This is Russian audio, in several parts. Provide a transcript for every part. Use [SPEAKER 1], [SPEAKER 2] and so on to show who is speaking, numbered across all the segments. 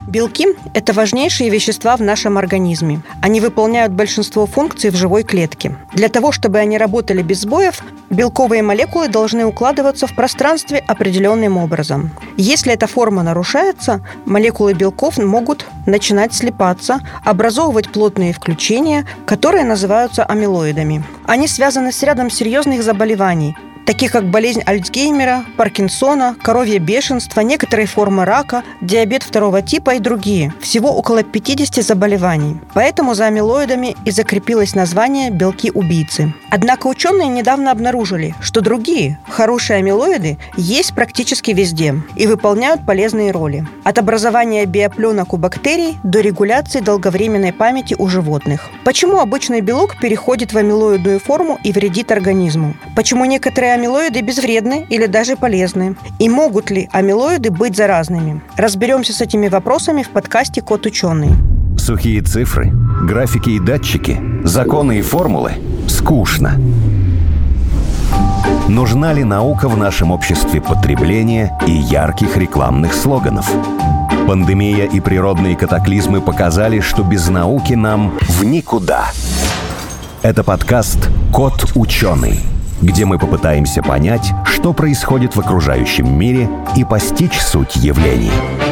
[SPEAKER 1] Белки – это важнейшие вещества в нашем организме. Они выполняют большинство функций в живой клетке. Для того, чтобы они работали без сбоев, белковые молекулы должны укладываться в пространстве определенным образом. Если эта форма нарушается, молекулы белков могут начинать слипаться, образовывать плотные включения, которые называются амилоидами. Они связаны с рядом серьезных заболеваний, таких как болезнь Альцгеймера, Паркинсона, коровье бешенство, некоторые формы рака, диабет второго типа и другие. Всего около 50 заболеваний. Поэтому за амилоидами и закрепилось название «белки-убийцы». Однако ученые недавно обнаружили, что другие, хорошие амилоиды, есть практически везде и выполняют полезные роли. От образования биопленок у бактерий до регуляции долговременной памяти у животных. Почему обычный белок переходит в амилоидную форму и вредит организму? Почему некоторые амилоиды безвредны или даже полезны? И могут ли амилоиды быть заразными? Разберемся с этими вопросами в подкасте «Кот ученый».
[SPEAKER 2] Сухие цифры, графики и датчики, законы и формулы – скучно. Нужна ли наука в нашем обществе потребления и ярких рекламных слоганов? Пандемия и природные катаклизмы показали, что без науки нам в никуда. Это подкаст «Кот ученый», где мы попытаемся понять, что происходит в окружающем мире и постичь суть явлений.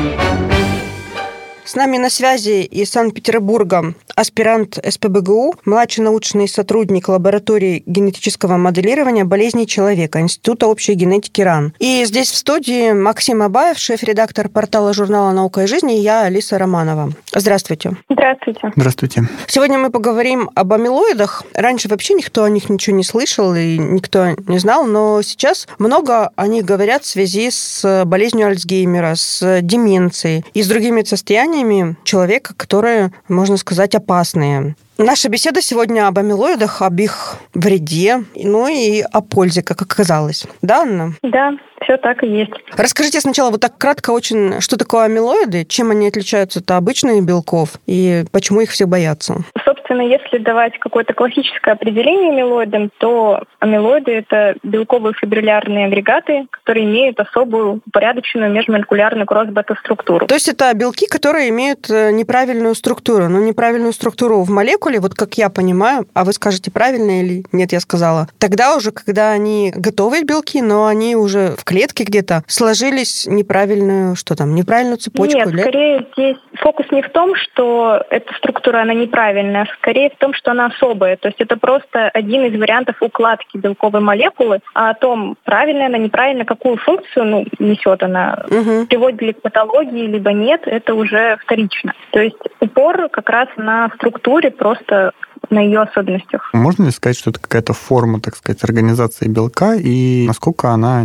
[SPEAKER 1] С нами на связи из Санкт-Петербурга аспирант СПбГУ, младший научный сотрудник лаборатории генетического моделирования болезней человека Института общей генетики РАН. И здесь в студии Максим Абаев, шеф-редактор портала журнала «Наука и жизнь», и я, Алиса Романова. Здравствуйте.
[SPEAKER 3] Здравствуйте.
[SPEAKER 4] Здравствуйте.
[SPEAKER 1] Сегодня мы поговорим об амилоидах. Раньше вообще никто о них ничего не слышал и никто не знал, но сейчас много о них говорят в связи с болезнью Альцгеймера, с деменцией и с другими состояниями человека, которые, можно сказать, опасные. Наша беседа сегодня об амилоидах, об их вреде, ну и о пользе, как оказалось. Да, Анна?
[SPEAKER 3] Да, все так и есть.
[SPEAKER 1] Расскажите сначала вот так кратко очень, что такое амилоиды, чем они отличаются от обычных белков и почему их все боятся?
[SPEAKER 3] Собственно, если давать какое-то классическое определение амилоидам, то амилоиды — это белковые фибриллярные агрегаты, которые имеют особую упорядоченную межмолекулярную кросс-бета-структуру.
[SPEAKER 1] То есть это белки, которые имеют неправильную структуру, но неправильную структуру в молекуле, вот как я понимаю, а вы скажете, правильно или нет, я сказала, тогда уже, когда они готовые белки, но они уже в клетке где-то сложились неправильную, неправильную цепочку?
[SPEAKER 3] Нет, скорее здесь фокус не в том, что эта структура, она неправильная, а скорее в том, что она особая. То есть это просто один из вариантов укладки белковой молекулы, а о том, правильная она, неправильная, какую функцию несет она, приводит ли к патологии, либо нет, это уже вторично. То есть упор как раз на структуре, просто на ее особенностях.
[SPEAKER 4] Можно ли сказать, что это какая-то форма, так сказать, организации белка, и насколько она,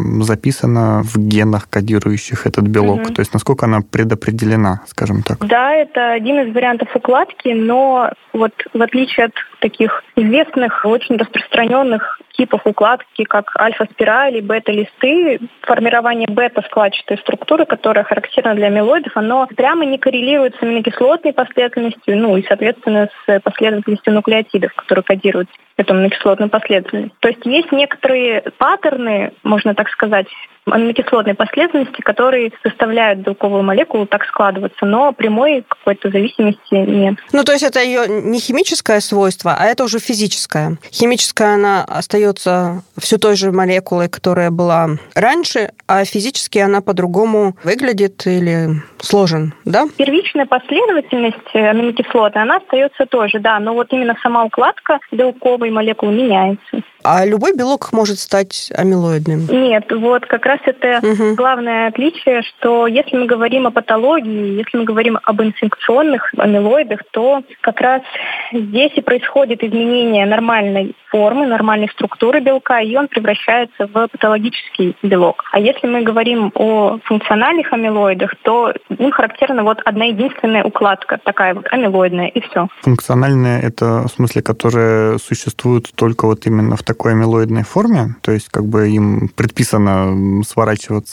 [SPEAKER 4] записана в генах, кодирующих этот белок? То есть насколько она предопределена, скажем так?
[SPEAKER 3] Да, это один из вариантов укладки, но вот в отличие от таких известных, очень распространенных типов укладки, как альфа-спирали, бета-листы, формирование бета-складчатой структуры, которая характерна для амилоидов, оно прямо не коррелирует с аминокислотной последовательностью, и, соответственно, с последовательностью нуклеотидов, которые кодируют эту аминокислотную последовательность. То есть есть некоторые паттерны, можно так сказать, аминокислотной последовательности, которые заставляют белковую молекулу так складываться, но прямой какой-то зависимости нет.
[SPEAKER 1] То есть это ее не химическое свойство, а это уже физическое. Химическая она остается все той же молекулой, которая была раньше, а физически она по-другому выглядит или сложен, да?
[SPEAKER 3] Первичная последовательность аминокислоты, она остается той же, да, но вот именно сама укладка белковой молекулы меняется.
[SPEAKER 1] А любой белок может стать амилоидным?
[SPEAKER 3] Нет, вот как раз это главное отличие, что если мы говорим о патологии, если мы говорим об инфекционных амилоидах, то как раз здесь и происходит изменение нормальной формы, нормальной структуры белка, и он превращается в патологический белок. А если мы говорим о функциональных амилоидах, то им характерна вот одна единственная укладка, такая вот амилоидная, и все.
[SPEAKER 4] Функциональная — это в смысле, которые существуют только вот именно в такой амилоидной форме? То есть им предписано сворачиваться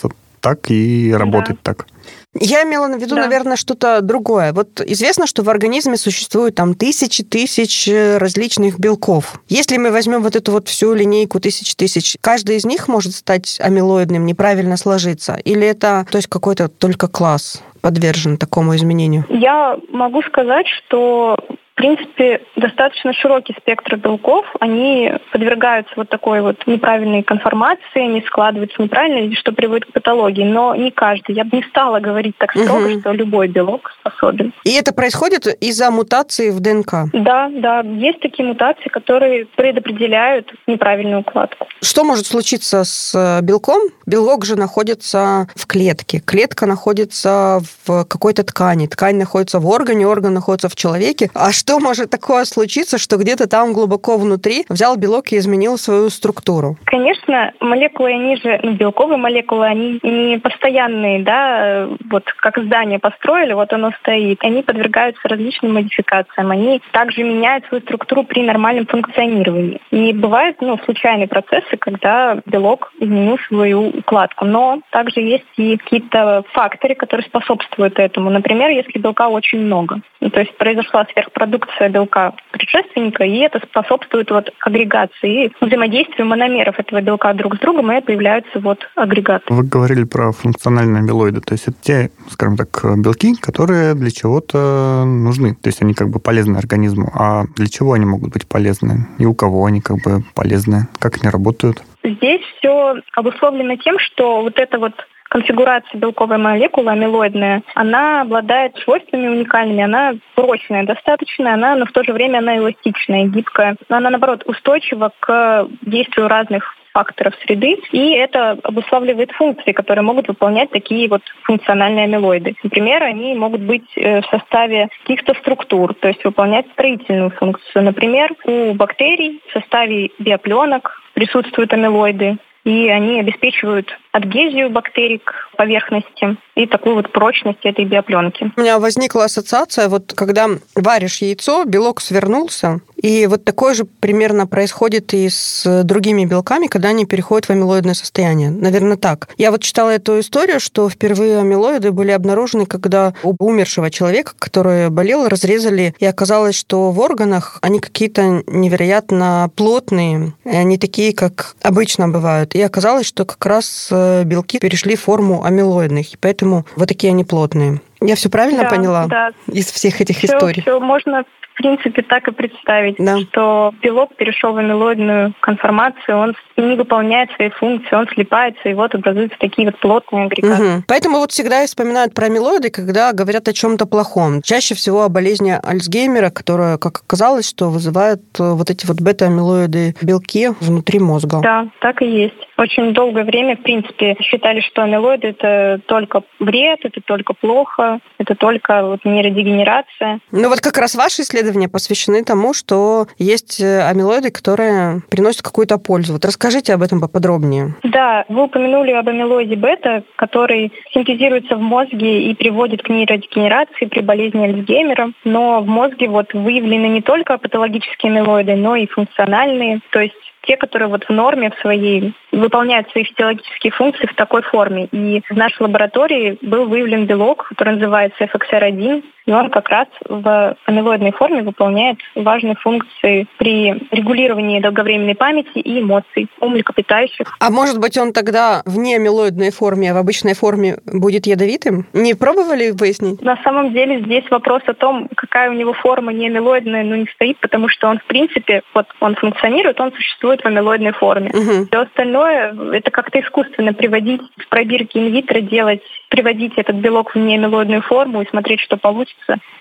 [SPEAKER 4] так и работать так.
[SPEAKER 1] Я имела в виду, наверное, что-то другое. Вот известно, что в организме существует там тысячи различных белков. Если мы возьмем вот эту вот всю линейку тысяч, каждый из них может стать амилоидным, неправильно сложиться? Или это, то есть, какой-то только класс подвержен такому изменению?
[SPEAKER 3] Я могу сказать, что в принципе, достаточно широкий спектр белков, они подвергаются вот такой вот неправильной конформации, они складываются неправильно, что приводит к патологии. Но не каждый. Я бы не стала говорить так строго, что любой белок способен.
[SPEAKER 1] И это происходит из-за мутации в ДНК?
[SPEAKER 3] Да. Есть такие мутации, которые предопределяют неправильную укладку.
[SPEAKER 1] Что может случиться с белком? Белок же находится в клетке. Клетка находится в какой-то ткани. Ткань находится в органе, орган находится в человеке. А что может такое случиться, что где-то там глубоко внутри взял белок и изменил свою структуру?
[SPEAKER 3] Конечно, молекулы, они же, белковые молекулы, они не постоянные, да, вот как здание построили, вот оно стоит. Они подвергаются различным модификациям. Они также меняют свою структуру при нормальном функционировании. И бывают, случайные процессы, когда белок изменил свою укладку. Но также есть и какие-то факторы, которые способствуют этому. Например, если белка очень много. То есть произошла сверхпродукция белка предшественника, и это способствует агрегации и взаимодействию мономеров этого белка друг с другом, и появляются агрегаты.
[SPEAKER 4] Вы говорили про функциональные амилоиды, то есть это те, скажем так, белки, которые для чего-то нужны, то есть они полезны организму. А для чего они могут быть полезны? И у кого они полезны? Как они работают?
[SPEAKER 3] Здесь все обусловлено тем, что эта конфигурация белковой молекулы амилоидная, она обладает свойствами уникальными, она прочная достаточно, но в то же время она эластичная, гибкая. Но она, наоборот, устойчива к действию разных факторов среды, и это обуславливает функции, которые могут выполнять такие функциональные амилоиды. Например, они могут быть в составе каких-то структур, то есть выполнять строительную функцию. Например, у бактерий в составе биопленок присутствуют амилоиды, и они обеспечивают адгезию бактерий к поверхности и такую прочность этой биопленки.
[SPEAKER 1] У меня возникла ассоциация, когда варишь яйцо, белок свернулся, и такое же примерно происходит и с другими белками, когда они переходят в амилоидное состояние. Наверное, так. Я читала эту историю, что впервые амилоиды были обнаружены, когда у умершего человека, который болел, разрезали, и оказалось, что в органах они какие-то невероятно плотные, они такие, как обычно бывают. И оказалось, что как раз белки перешли в форму амилоидных, и поэтому такие они плотные. Я все правильно поняла?
[SPEAKER 3] Да.
[SPEAKER 1] Из всех этих историй?
[SPEAKER 3] Все можно, в принципе, так и представить, что белок перешел в амилоидную конформацию, он не выполняет свои функции, он слипается, и образуются такие плотные агрегаты.
[SPEAKER 1] Угу. Поэтому всегда вспоминают про амилоиды, когда говорят о чем-то плохом. Чаще всего о болезни Альцгеймера, которая, как оказалось, что вызывает эти бета-амилоиды белки внутри мозга.
[SPEAKER 3] Да, так и есть. Очень долгое время, в принципе, считали, что амилоиды – это только вред, это только плохо, это только нейродегенерация.
[SPEAKER 1] Как раз ваши исследования посвящены тому, что есть амилоиды, которые приносят какую-то пользу. Расскажите об этом поподробнее.
[SPEAKER 3] Да, вы упомянули об амилоиде бета, который синтезируется в мозге и приводит к нейродегенерации при болезни Альцгеймера. Но в мозге выявлены не только патологические амилоиды, но и функциональные, то есть те, которые в норме в своей выполняют свои физиологические функции в такой форме. И в нашей лаборатории был выявлен белок, который называется FXR1, и он как раз в амилоидной форме выполняет важные функции при регулировании долговременной памяти и эмоций у млекопитающих.
[SPEAKER 1] А может быть, он тогда в неамилоидной форме, а в обычной форме будет ядовитым? Не пробовали выяснить?
[SPEAKER 3] На самом деле здесь вопрос о том, какая у него форма неамилоидная, не стоит, потому что он, в принципе, он функционирует, он существует в амилоидной форме.
[SPEAKER 1] Угу.
[SPEAKER 3] Все остальное — это как-то искусственно приводить в пробирке инвитро, приводить этот белок в неамилоидную форму и смотреть, что получится.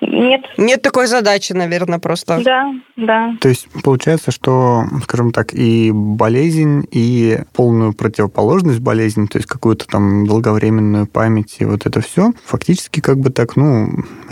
[SPEAKER 3] Нет
[SPEAKER 1] такой задачи, наверное, просто.
[SPEAKER 3] Да.
[SPEAKER 4] То есть получается, что, скажем так, и болезнь, и полную противоположность болезни, то есть какую-то там долговременную память и это все, фактически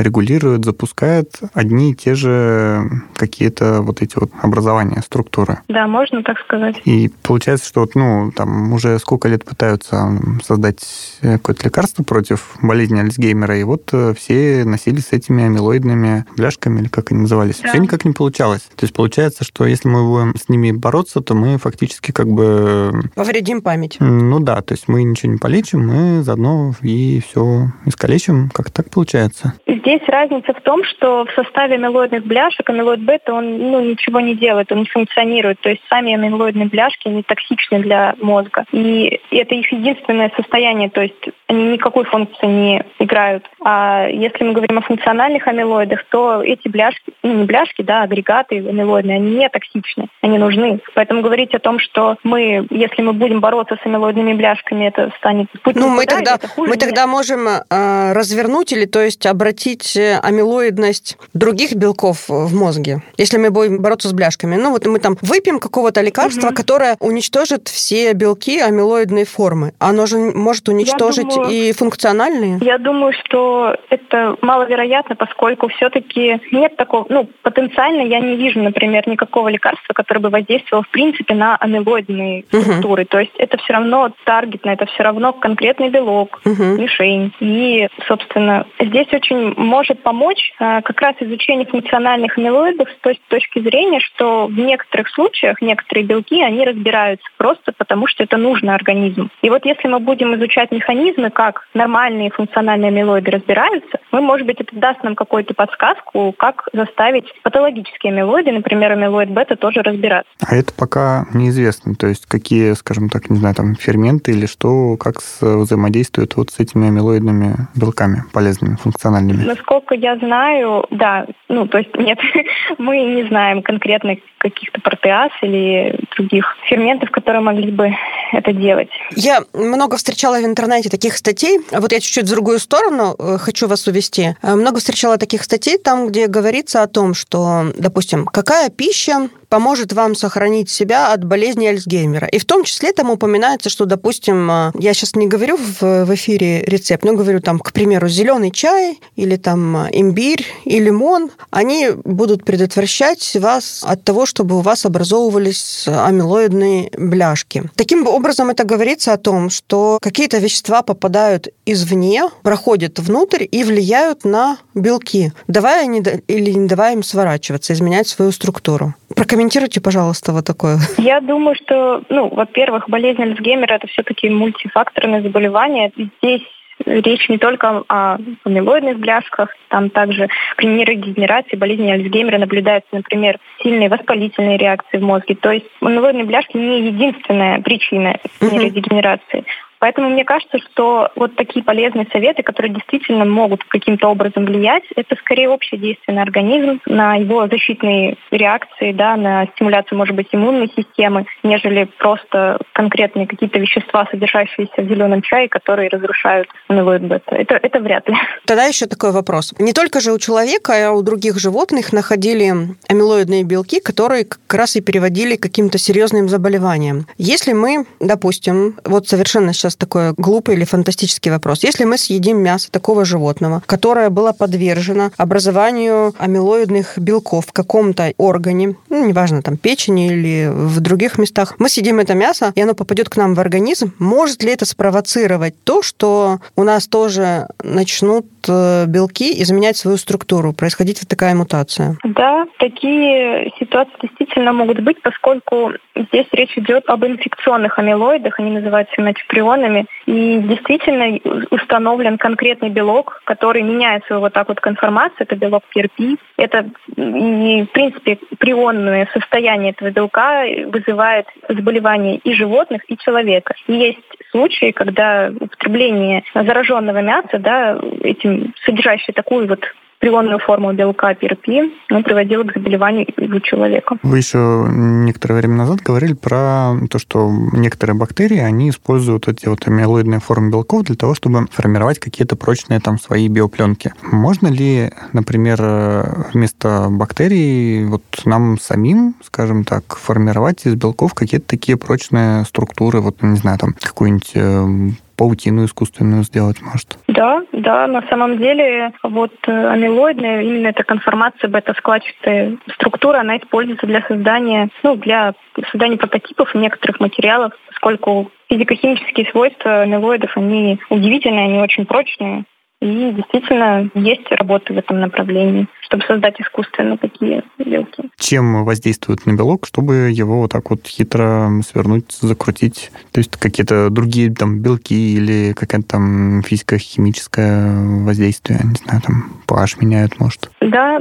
[SPEAKER 4] регулирует, запускает одни и те же какие-то вот эти вот образования, структуры.
[SPEAKER 3] Да, можно так сказать.
[SPEAKER 4] И получается, что вот, там уже сколько лет пытаются создать какое-то лекарство против болезни Альцгеймера, и вот все носились с этими амилоидными бляшками, или как они назывались. Да. Все никак не получалось. То есть получается, что если мы будем с ними бороться, то мы фактически как бы...
[SPEAKER 1] повредим память.
[SPEAKER 4] Ну да, то есть мы ничего не полечим, мы заодно и все искалечим. Как так получается?
[SPEAKER 3] Здесь разница в том, что в составе амилоидных бляшек амилоид бета, он ничего не делает, он не функционирует. То есть сами амилоидные бляшки, они токсичны для мозга. И это их единственное состояние, то есть они никакой функции не играют. А если мы говорим о функциональных амилоидах, то эти бляшки, не бляшки, да, агрегаты амилоидные, они не токсичны, они нужны. Поэтому говорить о том, что если мы будем бороться с амилоидными бляшками, это станет путь никуда,
[SPEAKER 1] мы тогда можем развернуть или, то есть, обратить амилоидность других белков в мозге, если мы будем бороться с бляшками. Мы там выпьем какого-то лекарства, которое уничтожит все белки амилоидной формы. Оно же может уничтожить и функциональные.
[SPEAKER 3] Я думаю, что это маловероятно, поскольку все-таки нет такого... потенциально я не вижу, например, никакого лекарства, которое бы воздействовало, в принципе, на амилоидные структуры. То есть это все равно таргетно, это все равно конкретный белок, мишень. И, собственно, здесь очень может помочь как раз изучение функциональных амилоидов с той точки зрения, что в некоторых случаях некоторые белки, они разбираются просто потому, что это нужно организму. И вот если мы будем изучать механизмы, как нормальные функциональные амилоиды разбираются, может быть, это даст нам какую-то подсказку, как заставить патологические амилоиды, например, амилоид бета, тоже разбираться.
[SPEAKER 4] А это пока неизвестно. То есть какие, скажем так, не знаю, там ферменты или что, как взаимодействуют вот с этими амилоидными белками полезными, функциональными?
[SPEAKER 3] Насколько я знаю, да. То есть нет, мы не знаем конкретно каких-то протеаз или других ферментов, которые могли бы это делать.
[SPEAKER 1] Я много встречала в интернете таких статей. Вот я чуть-чуть в другую сторону хочу вас увести. Много встречала таких статей, там, где говорится о том, что, допустим, какая пища поможет вам сохранить себя от болезни Альцгеймера. И в том числе там упоминается, что, допустим, я сейчас не говорю в эфире рецепт, но говорю там, к примеру, зеленый чай или там имбирь и лимон, они будут предотвращать вас от того, чтобы у вас образовывались амилоидные бляшки. Таким образом, это говорится о том, что какие-то вещества попадают извне, проходят внутрь и влияют на белки, давая или не давая им сворачиваться, изменять свою структуру. Прокомментируйте, пожалуйста, вот такое.
[SPEAKER 3] Я думаю, что, во-первых, болезнь Альцгеймера – это все-таки мультифакторное заболевание. Здесь речь не только о амилоидных бляшках, там также при нейродегенерации болезни Альцгеймера наблюдаются, например, сильные воспалительные реакции в мозге. То есть амилоидные бляшки не единственная причина нейродегенерации. Поэтому мне кажется, что вот такие полезные советы, которые действительно могут каким-то образом влиять, это скорее общее действие на организм, на его защитные реакции, да, на стимуляцию, может быть, иммунной системы, нежели просто конкретные какие-то вещества, содержащиеся в зеленом чае, которые разрушают амилоид бета. Это вряд ли.
[SPEAKER 1] Тогда еще такой вопрос. Не только же у человека, а у других животных находили амилоидные белки, которые как раз и приводили к каким-то серьезным заболеваниям. Если мы, допустим, вот совершенно сейчас такой глупый или фантастический вопрос. Если мы съедим мясо такого животного, которое было подвержено образованию амилоидных белков в каком-то органе, неважно, там, печени или в других местах, мы съедим это мясо, и оно попадет к нам в организм, может ли это спровоцировать то, что у нас тоже начнут белки изменять свою структуру, происходить вот такая мутация?
[SPEAKER 3] Да, такие ситуации действительно могут быть, поскольку здесь речь идет об инфекционных амилоидах, они называются иначе прионами, и действительно установлен конкретный белок, который меняет свою вот так вот конформацию, это белок PRP. Это, и, в принципе, прионное состояние этого белка вызывает заболевания и животных, и человека. И есть случаи, когда употребление зараженного мяса, да, содержащее такую вот прионную форму белка PRP, приводило к заболеванию у человека.
[SPEAKER 4] Вы еще некоторое время назад говорили про то, что некоторые бактерии, они используют эти вот амилоидные формы белков для того, чтобы формировать какие-то прочные там свои биопленки. Можно ли, например, вместо бактерий вот нам самим, скажем так, формировать из белков какие-то такие прочные структуры, вот, не знаю, там, какую-нибудь паутину искусственную сделать, может.
[SPEAKER 3] Да, на самом деле вот амилоидная, именно эта конформация бета-складчатая структура, она используется для создания прототипов некоторых материалов, поскольку физико-химические свойства амилоидов, они удивительные, они очень прочные. И действительно есть работы в этом направлении, чтобы создать искусственно такие белки.
[SPEAKER 4] Чем воздействует на белок, чтобы его вот так вот хитро свернуть, закрутить? То есть какие-то другие там белки или какое-то там физико-химическое воздействие, не знаю, там pH меняют, может?
[SPEAKER 3] Да,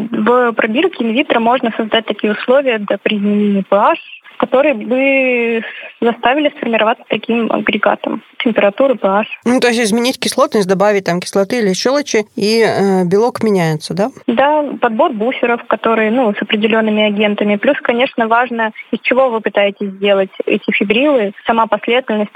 [SPEAKER 3] в пробирке инвитро можно создать такие условия при изменении pH, которые бы заставили сформироваться таким агрегатом температуры pH.
[SPEAKER 1] То есть изменить кислотность, добавить там кислоты или щелочи, и белок меняется, да?
[SPEAKER 3] Да, подбор буферов, которые, с определенными агентами. Плюс, конечно, важно, из чего вы пытаетесь сделать эти фибрилы. Сама последовательность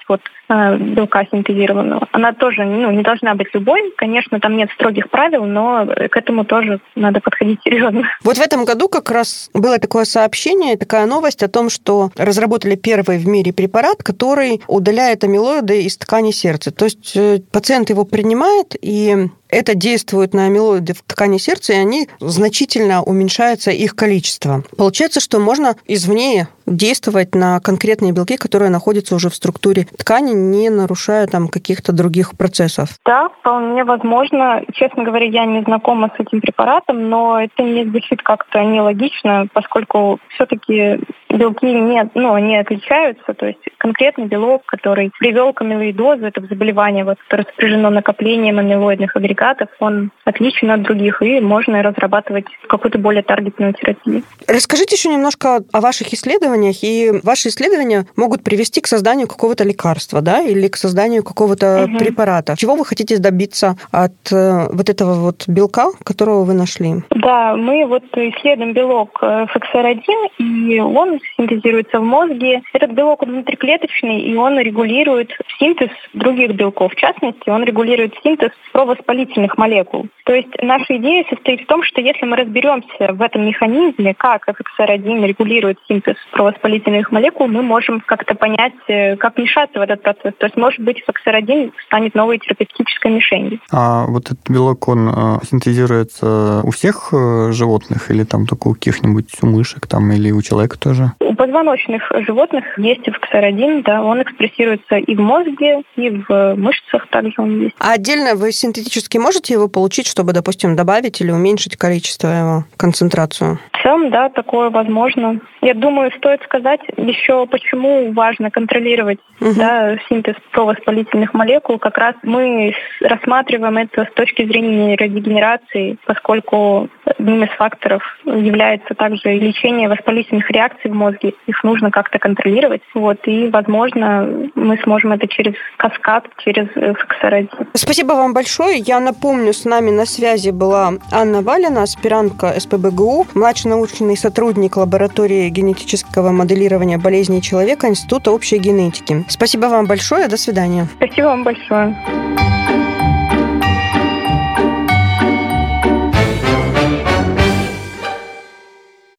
[SPEAKER 3] белка синтезированного. Она тоже не должна быть любой. Конечно, там нет строгих правил, но к этому тоже надо подходить серьезно.
[SPEAKER 1] Вот в этом году как раз было такое сообщение, такая новость о том, что разработали первый в мире препарат, который удаляет амилоиды из ткани сердца. То есть пациент его принимает, и это действует на амилоиды в ткани сердца, и они значительно уменьшается их количество. Получается, что можно извне действовать на конкретные белки, которые находятся уже в структуре ткани, не нарушая там каких-то других процессов.
[SPEAKER 3] Да, вполне возможно. Честно говоря, я не знакома с этим препаратом, но это не звучит как-то нелогично, поскольку все-таки белки не отличаются. То есть конкретный белок, который привел к амилоидозу, это заболевание, которое сопряжено накоплением амилоидных агрегатов, он отличен от других, и можно разрабатывать какую-то более таргетную терапию.
[SPEAKER 1] Расскажите еще немножко о ваших исследованиях. И ваши исследования могут привести к созданию какого-то лекарства, да, или к созданию какого-то препарата. Чего вы хотите добиться от вот этого белка, которого вы нашли?
[SPEAKER 3] Да, мы исследуем белок FXR1, и он синтезируется в мозге. Этот белок внутриклеточный, и он регулирует синтез других белков. В частности, он регулирует синтез провоспалительных молекул. То есть наша идея состоит в том, что если мы разберемся в этом механизме, как FXR1 регулирует синтез провоспалительных молекул, мы можем как-то понять, как вмешаться в этот процесс. То есть, может быть, FXR1 станет новой терапевтической мишенью.
[SPEAKER 4] А вот этот белок, он синтезируется у всех животных или там только у каких-нибудь у мышек там, или у человека тоже?
[SPEAKER 3] У позвоночных животных есть FXR1, да, он экспрессируется и в мозге, и в мышцах также он есть.
[SPEAKER 1] А отдельно вы синтетически можете его получить, чтобы, допустим, добавить или уменьшить количество его, концентрацию?
[SPEAKER 3] В целом, да, такое возможно. Я думаю, стоит сказать еще, почему важно контролировать синтез провоспалительных молекул. Как раз мы рассматриваем это с точки зрения нейродегенерации, поскольку одним из факторов является также лечение воспалительных реакций в мозге. Их нужно как-то контролировать. И, возможно, мы сможем это через каскад, через FXR1.
[SPEAKER 1] Спасибо вам большое. Я напомню, с нами на связи была Анна Валина, аспирантка СПбГУ, младший научный сотрудник лаборатории генетического моделирования болезней человека Института общей генетики. Спасибо вам большое. До свидания.
[SPEAKER 3] Спасибо вам большое.